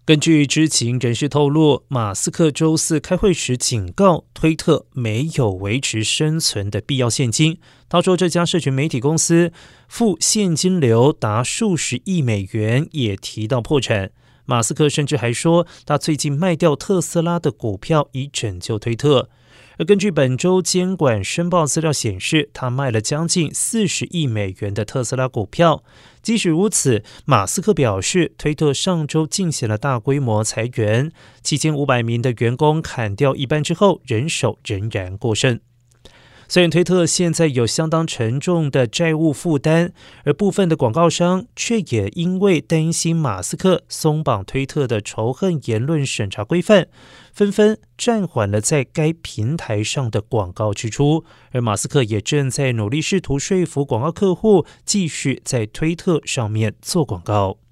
根据知情人士透露，马斯克周四开会时警告推特没有维持生存的必要现金。他说，这家社群媒体公司负现金流达数十亿美元，也提到破产。马斯克甚至还说，他最近卖掉特斯拉的股票以拯救推特。而根据本周监管申报资料显示，他卖了将近40亿美元的特斯拉股票。即使如此，马斯克表示，推特上周进行了大规模裁员，7500名的员工砍掉一半之后，人手仍然过剩。虽然推特现在有相当沉重的债务负担，而部分的广告商却也因为担心马斯克松绑推特的仇恨言论审查规范，纷纷暂缓了在该平台上的广告支出。而马斯克也正在努力试图说服广告客户继续在推特上面做广告。